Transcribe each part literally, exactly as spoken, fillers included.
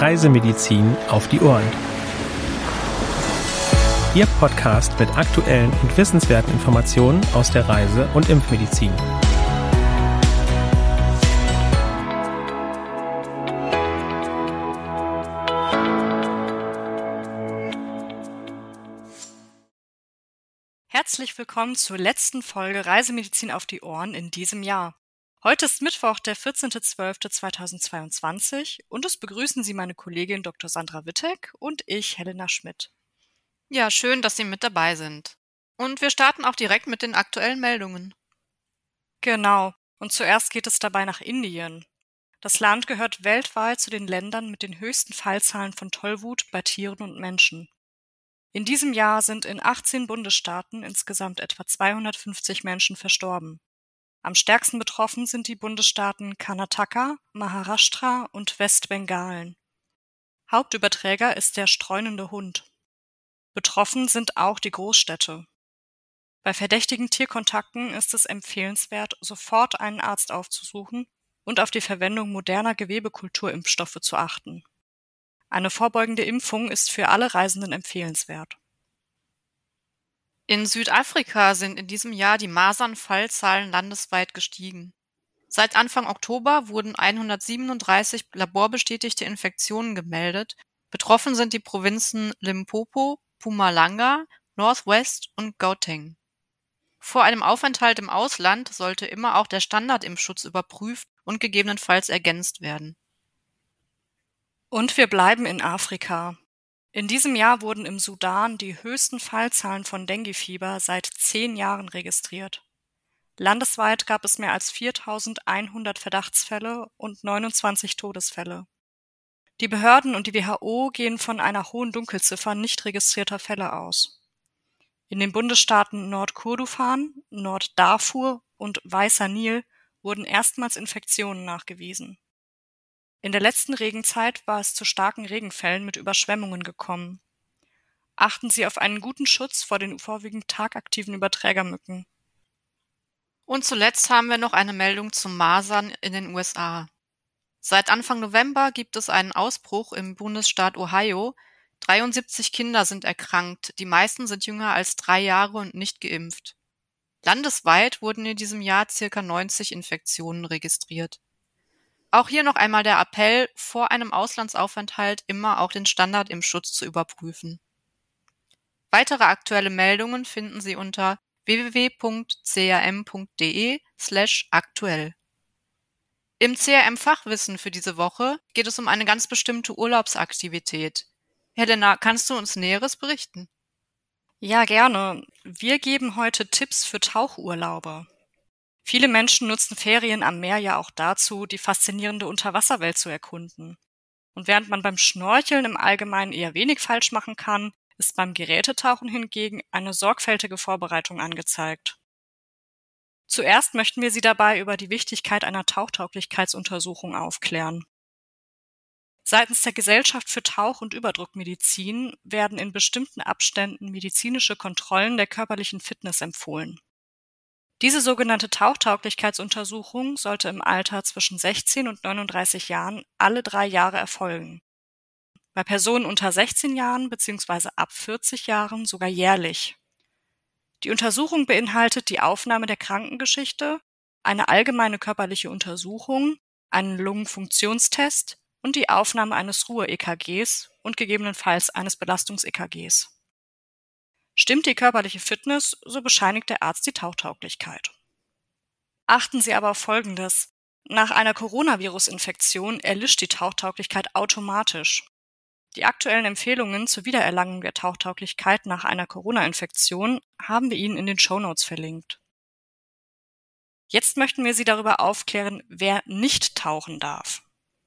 Reisemedizin auf die Ohren. Ihr Podcast mit aktuellen und wissenswerten Informationen aus der Reise- und Impfmedizin. Herzlich willkommen zur letzten Folge Reisemedizin auf die Ohren in diesem Jahr. Heute ist Mittwoch, der vierzehnter zwölfter zweitausendzweiundzwanzig und es begrüßen Sie meine Kollegin Doktor Sandra Wittek und ich, Helena Schmidt. Ja, schön, dass Sie mit dabei sind. Und wir starten auch direkt mit den aktuellen Meldungen. Genau, und zuerst geht es dabei nach Indien. Das Land gehört weltweit zu den Ländern mit den höchsten Fallzahlen von Tollwut bei Tieren und Menschen. In diesem Jahr sind in achtzehn Bundesstaaten insgesamt etwa zweihundertfünfzig Menschen verstorben. Am stärksten betroffen sind die Bundesstaaten Karnataka, Maharashtra und Westbengalen. Hauptüberträger ist der streunende Hund. Betroffen sind auch die Großstädte. Bei verdächtigen Tierkontakten ist es empfehlenswert, sofort einen Arzt aufzusuchen und auf die Verwendung moderner Gewebekulturimpfstoffe zu achten. Eine vorbeugende Impfung ist für alle Reisenden empfehlenswert. In Südafrika sind in diesem Jahr die Masern-Fallzahlen landesweit gestiegen. Seit Anfang Oktober wurden hundertsiebenunddreißig laborbestätigte Infektionen gemeldet. Betroffen sind die Provinzen Limpopo, Mpumalanga, North West und Gauteng. Vor einem Aufenthalt im Ausland sollte immer auch der Standardimpfschutz überprüft und gegebenenfalls ergänzt werden. Und wir bleiben in Afrika. In diesem Jahr wurden im Sudan die höchsten Fallzahlen von Denguefieber seit zehn Jahren registriert. Landesweit gab es mehr als viertausendeinhundert Verdachtsfälle und neunundzwanzig Todesfälle. Die Behörden und die W H O gehen von einer hohen Dunkelziffer nicht registrierter Fälle aus. In den Bundesstaaten Nordkordofan, Norddarfur und Weißer Nil wurden erstmals Infektionen nachgewiesen. In der letzten Regenzeit war es zu starken Regenfällen mit Überschwemmungen gekommen. Achten Sie auf einen guten Schutz vor den vorwiegend tagaktiven Überträgermücken. Und zuletzt haben wir noch eine Meldung zum Masern in den U S A. Seit Anfang November gibt es einen Ausbruch im Bundesstaat Ohio. dreiundsiebzig Kinder sind erkrankt, die meisten sind jünger als drei Jahre und nicht geimpft. Landesweit wurden in diesem Jahr ca. neunzig Infektionen registriert. Auch hier noch einmal der Appell, vor einem Auslandsaufenthalt immer auch den Standardimpfschutz zu überprüfen. Weitere aktuelle Meldungen finden Sie unter w w w punkt c r m punkt d e slash aktuell. Im C R M-Fachwissen für diese Woche geht es um eine ganz bestimmte Urlaubsaktivität. Helena, kannst du uns Näheres berichten? Ja, gerne. Wir geben heute Tipps für Tauchurlaube. Viele Menschen nutzen Ferien am Meer ja auch dazu, die faszinierende Unterwasserwelt zu erkunden. Und während man beim Schnorcheln im Allgemeinen eher wenig falsch machen kann, ist beim Gerätetauchen hingegen eine sorgfältige Vorbereitung angezeigt. Zuerst möchten wir Sie dabei über die Wichtigkeit einer Tauchtauglichkeitsuntersuchung aufklären. Seitens der Gesellschaft für Tauch- und Überdruckmedizin werden in bestimmten Abständen medizinische Kontrollen der körperlichen Fitness empfohlen. Diese sogenannte Tauchtauglichkeitsuntersuchung sollte im Alter zwischen sechzehn und neununddreißig Jahren alle drei Jahre erfolgen. Bei Personen unter sechzehn Jahren bzw. ab vierzig Jahren sogar jährlich. Die Untersuchung beinhaltet die Aufnahme der Krankengeschichte, eine allgemeine körperliche Untersuchung, einen Lungenfunktionstest und die Aufnahme eines Ruhe-E K Gs und gegebenenfalls eines Belastungs-E K Gs. Stimmt die körperliche Fitness, so bescheinigt der Arzt die Tauchtauglichkeit. Achten Sie aber auf Folgendes. Nach einer Coronavirus-Infektion erlischt die Tauchtauglichkeit automatisch. Die aktuellen Empfehlungen zur Wiedererlangung der Tauchtauglichkeit nach einer Corona-Infektion haben wir Ihnen in den Shownotes verlinkt. Jetzt möchten wir Sie darüber aufklären, wer nicht tauchen darf.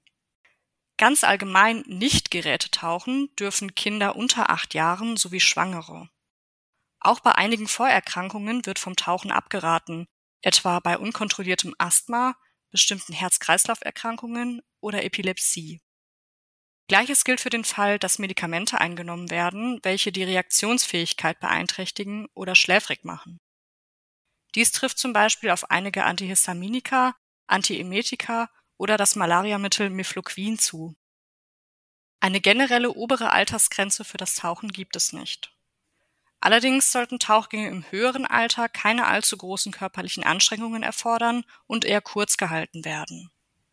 Ganz allgemein nicht Geräte tauchen dürfen Kinder unter acht Jahren sowie Schwangere. Auch bei einigen Vorerkrankungen wird vom Tauchen abgeraten, etwa bei unkontrolliertem Asthma, bestimmten Herz-Kreislauf-Erkrankungen oder Epilepsie. Gleiches gilt für den Fall, dass Medikamente eingenommen werden, welche die Reaktionsfähigkeit beeinträchtigen oder schläfrig machen. Dies trifft zum Beispiel auf einige Antihistaminika, Antiemetika oder das Malariamittel Mifloquin zu. Eine generelle obere Altersgrenze für das Tauchen gibt es nicht. Allerdings sollten Tauchgänge im höheren Alter keine allzu großen körperlichen Anstrengungen erfordern und eher kurz gehalten werden.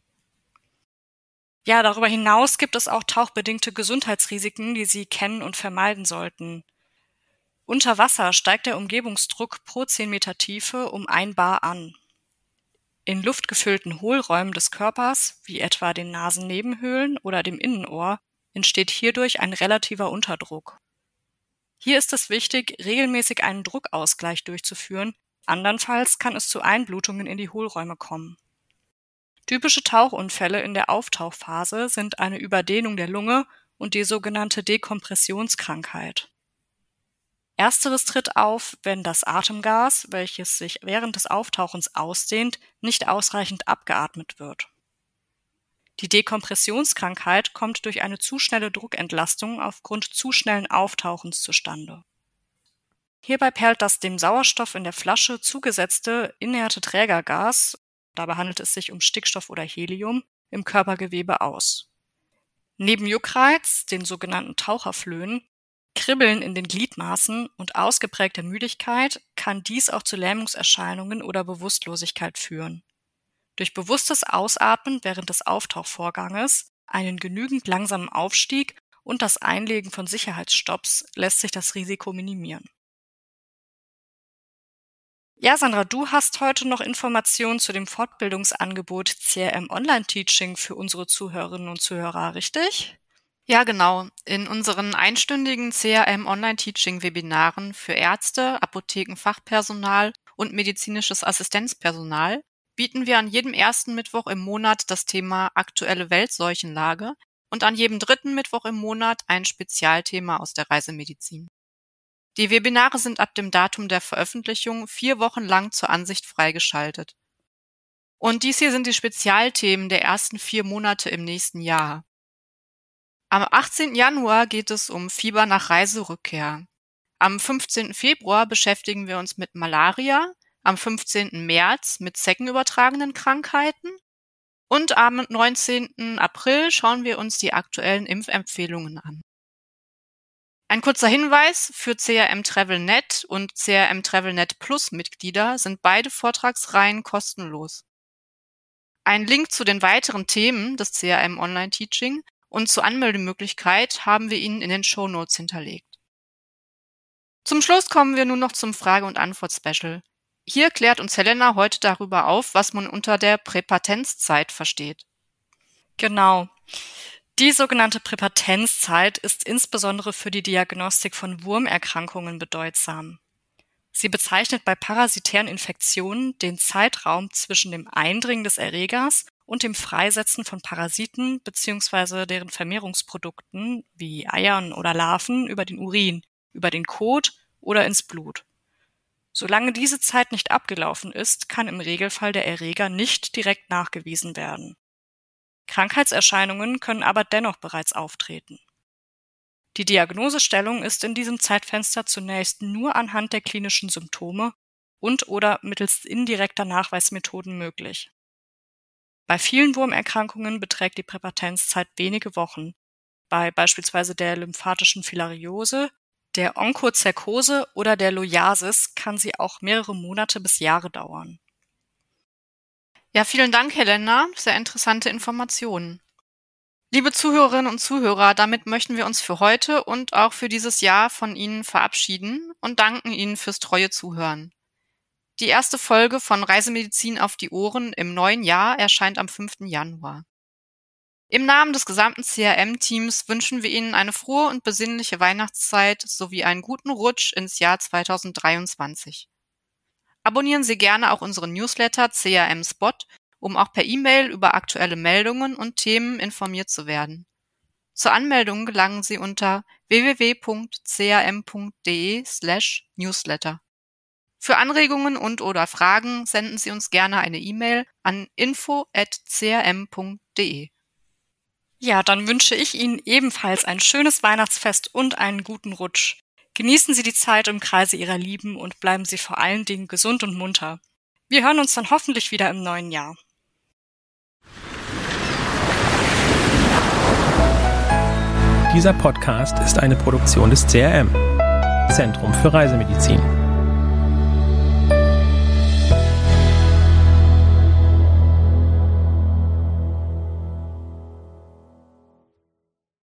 Ja, darüber hinaus gibt es auch tauchbedingte Gesundheitsrisiken, die Sie kennen und vermeiden sollten. Unter Wasser steigt der Umgebungsdruck pro zehn Meter Tiefe um ein Bar an. In luftgefüllten Hohlräumen des Körpers, wie etwa den Nasennebenhöhlen oder dem Innenohr, entsteht hierdurch ein relativer Unterdruck. Hier ist es wichtig, regelmäßig einen Druckausgleich durchzuführen, andernfalls kann es zu Einblutungen in die Hohlräume kommen. Typische Tauchunfälle in der Auftauchphase sind eine Überdehnung der Lunge und die sogenannte Dekompressionskrankheit. Ersteres tritt auf, wenn das Atemgas, welches sich während des Auftauchens ausdehnt, nicht ausreichend abgeatmet wird. Die Dekompressionskrankheit kommt durch eine zu schnelle Druckentlastung aufgrund zu schnellen Auftauchens zustande. Hierbei perlt das dem Sauerstoff in der Flasche zugesetzte inerte Trägergas, dabei handelt es sich um Stickstoff oder Helium, im Körpergewebe aus. Neben Juckreiz, den sogenannten Taucherflöhen, Kribbeln in den Gliedmaßen und ausgeprägter Müdigkeit kann dies auch zu Lähmungserscheinungen oder Bewusstlosigkeit führen. Durch bewusstes Ausatmen während des Auftauchvorganges, einen genügend langsamen Aufstieg und das Einlegen von Sicherheitsstopps lässt sich das Risiko minimieren. Ja, Sandra, du hast heute noch Informationen zu dem Fortbildungsangebot C R M Online Teaching für unsere Zuhörerinnen und Zuhörer, richtig? Ja, genau. In unseren einstündigen C R M Online Teaching Webinaren für Ärzte, Apothekenfachpersonal und medizinisches Assistenzpersonal bieten wir an jedem ersten Mittwoch im Monat das Thema aktuelle Weltseuchenlage und an jedem dritten Mittwoch im Monat ein Spezialthema aus der Reisemedizin. Die Webinare sind ab dem Datum der Veröffentlichung vier Wochen lang zur Ansicht freigeschaltet. Und dies hier sind die Spezialthemen der ersten vier Monate im nächsten Jahr. Am achtzehnten Januar geht es um Fieber nach Reiserückkehr. Am fünfzehnten Februar beschäftigen wir uns mit Malaria, am fünfzehnten März mit zeckenübertragenen Krankheiten und am neunzehnten April schauen wir uns die aktuellen Impfempfehlungen an. Ein kurzer Hinweis, für C R M Travel Punkt net und C R M Travel Punkt net Plus Mitglieder sind beide Vortragsreihen kostenlos. Einen Link zu den weiteren Themen des C R M Online Teaching und zur Anmeldemöglichkeit haben wir Ihnen in den Shownotes hinterlegt. Zum Schluss kommen wir nun noch zum Frage- und Antwort-Special. Hier klärt uns Helena heute darüber auf, was man unter der Präpatenzzeit versteht. Genau. Die sogenannte Präpatenzzeit ist insbesondere für die Diagnostik von Wurmerkrankungen bedeutsam. Sie bezeichnet bei parasitären Infektionen den Zeitraum zwischen dem Eindringen des Erregers und dem Freisetzen von Parasiten bzw. deren Vermehrungsprodukten wie Eiern oder Larven über den Urin, über den Kot oder ins Blut. Solange diese Zeit nicht abgelaufen ist, kann im Regelfall der Erreger nicht direkt nachgewiesen werden. Krankheitserscheinungen können aber dennoch bereits auftreten. Die Diagnosestellung ist in diesem Zeitfenster zunächst nur anhand der klinischen Symptome und oder mittels indirekter Nachweismethoden möglich. Bei vielen Wurmerkrankungen beträgt die Präpatenzzeit wenige Wochen, bei beispielsweise der lymphatischen Filariose, der Onchocerkose oder der Loiasis kann sie auch mehrere Monate bis Jahre dauern. Ja, vielen Dank, Helena. Sehr interessante Informationen. Liebe Zuhörerinnen und Zuhörer, damit möchten wir uns für heute und auch für dieses Jahr von Ihnen verabschieden und danken Ihnen fürs treue Zuhören. Die erste Folge von Reisemedizin auf die Ohren im neuen Jahr erscheint am fünften Januar. Im Namen des gesamten C R M-Teams wünschen wir Ihnen eine frohe und besinnliche Weihnachtszeit sowie einen guten Rutsch ins Jahr zweitausenddreiundzwanzig. Abonnieren Sie gerne auch unseren Newsletter C R M Spot, um auch per E-Mail über aktuelle Meldungen und Themen informiert zu werden. Zur Anmeldung gelangen Sie unter w w w punkt c r m punkt d e slash newsletter. Für Anregungen und oder Fragen senden Sie uns gerne eine E-Mail an info at c r m punkt d e. Ja, dann wünsche ich Ihnen ebenfalls ein schönes Weihnachtsfest und einen guten Rutsch. Genießen Sie die Zeit im Kreise Ihrer Lieben und bleiben Sie vor allen Dingen gesund und munter. Wir hören uns dann hoffentlich wieder im neuen Jahr. Dieser Podcast ist eine Produktion des C R M, Zentrum für Reisemedizin.